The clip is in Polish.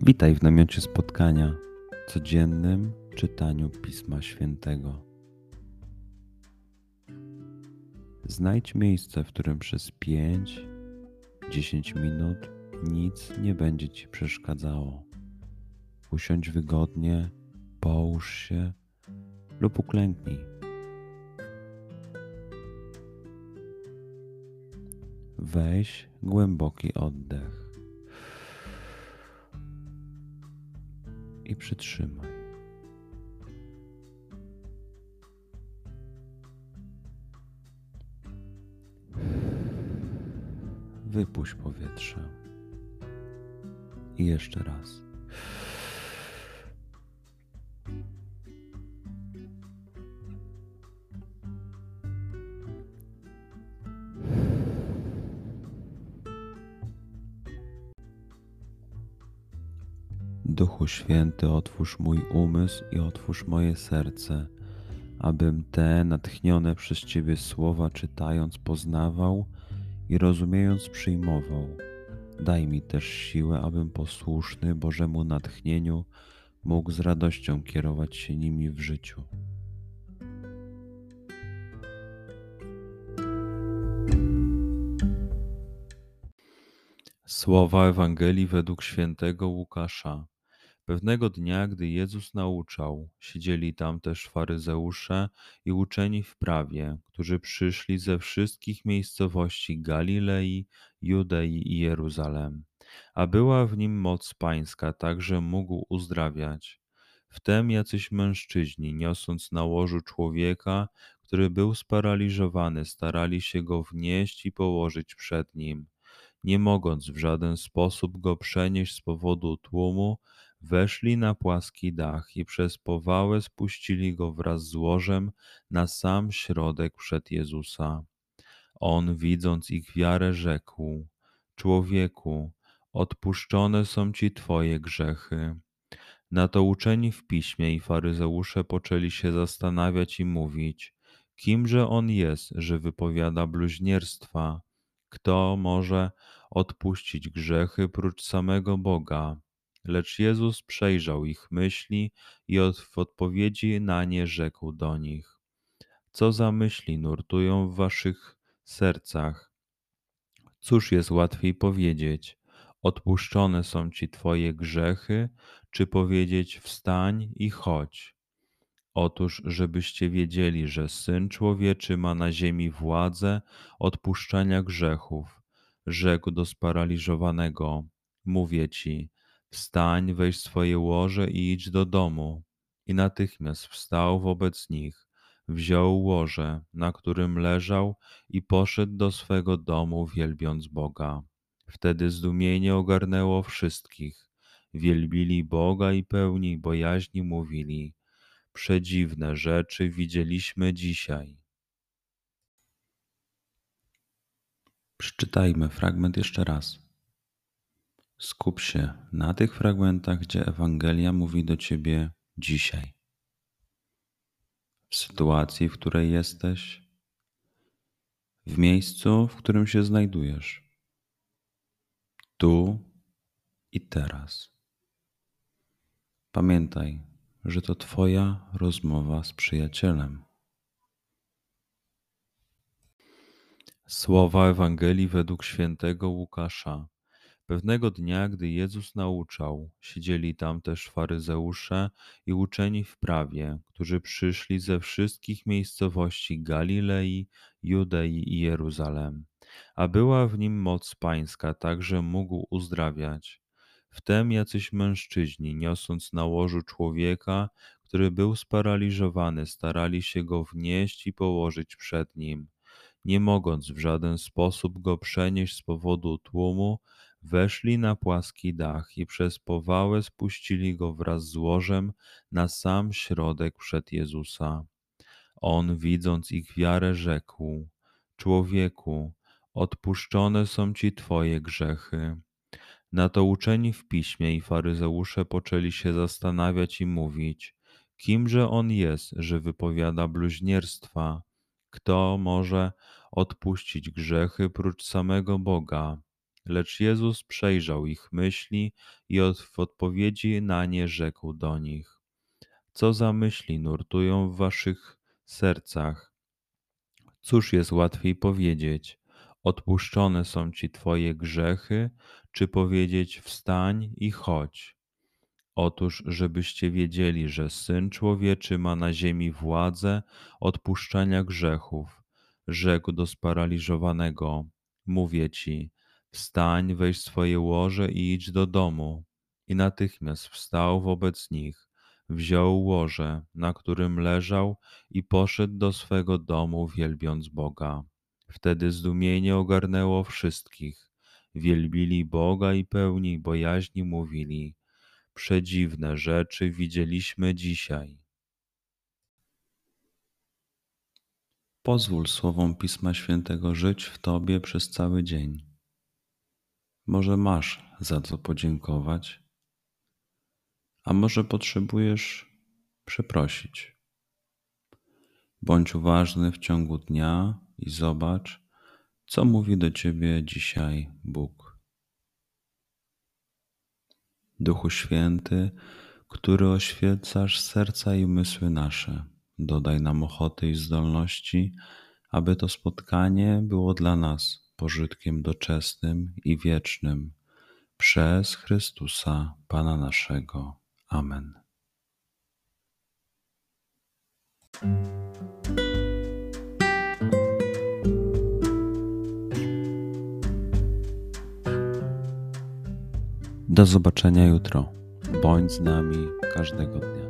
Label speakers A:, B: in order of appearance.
A: Witaj w namiocie spotkania, codziennym czytaniu Pisma Świętego. Znajdź miejsce, w którym przez 5-10 minut nic nie będzie Ci przeszkadzało. Usiądź wygodnie, połóż się lub uklęknij. Weź głęboki oddech i przytrzymaj. Wypuść powietrze. I jeszcze raz. Duchu Święty, otwórz mój umysł i otwórz moje serce, abym te natchnione przez Ciebie słowa czytając poznawał i rozumiejąc przyjmował. Daj mi też siłę, abym posłuszny Bożemu natchnieniu mógł z radością kierować się nimi w życiu. Słowa Ewangelii według świętego Łukasza. Pewnego dnia, gdy Jezus nauczał, siedzieli tam też faryzeusze i uczeni w prawie, którzy przyszli ze wszystkich miejscowości Galilei, Judei i Jeruzalem. A była w nim moc pańska, tak że mógł uzdrawiać. Wtem jacyś mężczyźni, niosąc na łożu człowieka, który był sparaliżowany, starali się go wnieść i położyć przed nim. Nie mogąc w żaden sposób go przenieść z powodu tłumu, weszli na płaski dach i przez powałę spuścili go wraz z łożem na sam środek przed Jezusa. On, widząc ich wiarę, rzekł: Człowieku, odpuszczone są ci twoje grzechy. Na to uczeni w piśmie i faryzeusze poczęli się zastanawiać i mówić: Kimże on jest, że wypowiada bluźnierstwa? Kto może odpuścić grzechy prócz samego Boga? Lecz Jezus przejrzał ich myśli i w odpowiedzi na nie rzekł do nich: Co za myśli nurtują w waszych sercach? Cóż jest łatwiej powiedzieć: Odpuszczone są ci twoje grzechy, czy powiedzieć: Wstań i chodź? Otóż, żebyście wiedzieli, że Syn Człowieczy ma na ziemi władzę odpuszczania grzechów, rzekł do sparaliżowanego: Mówię ci, wstań, weź swoje łoże i idź do domu. I natychmiast wstał wobec nich, wziął łoże, na którym leżał, i poszedł do swego domu, wielbiąc Boga. Wtedy zdumienie ogarnęło wszystkich. Wielbili Boga i pełni bojaźni mówili: Przedziwne rzeczy widzieliśmy dzisiaj. Przeczytajmy fragment jeszcze raz. Skup się na tych fragmentach, gdzie Ewangelia mówi do ciebie dzisiaj. W sytuacji, w której jesteś, w miejscu, w którym się znajdujesz. Tu i teraz. Pamiętaj, że to twoja rozmowa z przyjacielem. Słowa Ewangelii według świętego Łukasza. Pewnego dnia, gdy Jezus nauczał, siedzieli tam też faryzeusze i uczeni w prawie, którzy przyszli ze wszystkich miejscowości Galilei, Judei i Jeruzalem. A była w nim moc pańska, tak że mógł uzdrawiać. Wtem jacyś mężczyźni, niosąc na łożu człowieka, który był sparaliżowany, starali się go wnieść i położyć przed nim. Nie mogąc w żaden sposób go przenieść z powodu tłumu, weszli na płaski dach i przez powałę spuścili go wraz z łożem na sam środek przed Jezusa. On, widząc ich wiarę, rzekł: Człowieku, odpuszczone są ci twoje grzechy. Na to uczeni w piśmie i faryzeusze poczęli się zastanawiać i mówić: Kimże on jest, że wypowiada bluźnierstwa? Kto może odpuścić grzechy prócz samego Boga? Lecz Jezus przejrzał ich myśli i w odpowiedzi na nie rzekł do nich: Co za myśli nurtują w waszych sercach? Cóż jest łatwiej powiedzieć: Odpuszczone są ci twoje grzechy, czy powiedzieć: Wstań i chodź? Otóż, żebyście wiedzieli, że Syn Człowieczy ma na ziemi władzę odpuszczania grzechów, rzekł do sparaliżowanego: Mówię ci, wstań, weź swoje łoże i idź do domu. I natychmiast wstał wobec nich, wziął łoże, na którym leżał, i poszedł do swego domu, wielbiąc Boga. Wtedy zdumienie ogarnęło wszystkich. Wielbili Boga i pełni bojaźni mówili: Przedziwne rzeczy widzieliśmy dzisiaj. Pozwól słowom Pisma Świętego żyć w Tobie przez cały dzień. Może masz za co podziękować, a może potrzebujesz przeprosić. Bądź uważny w ciągu dnia i zobacz, co mówi do Ciebie dzisiaj Bóg. Duchu Święty, który oświecasz serca i umysły nasze, dodaj nam ochoty i zdolności, aby to spotkanie było dla nas pożytkiem doczesnym i wiecznym. Przez Chrystusa, Pana naszego. Amen. Do zobaczenia jutro. Bądź z nami każdego dnia.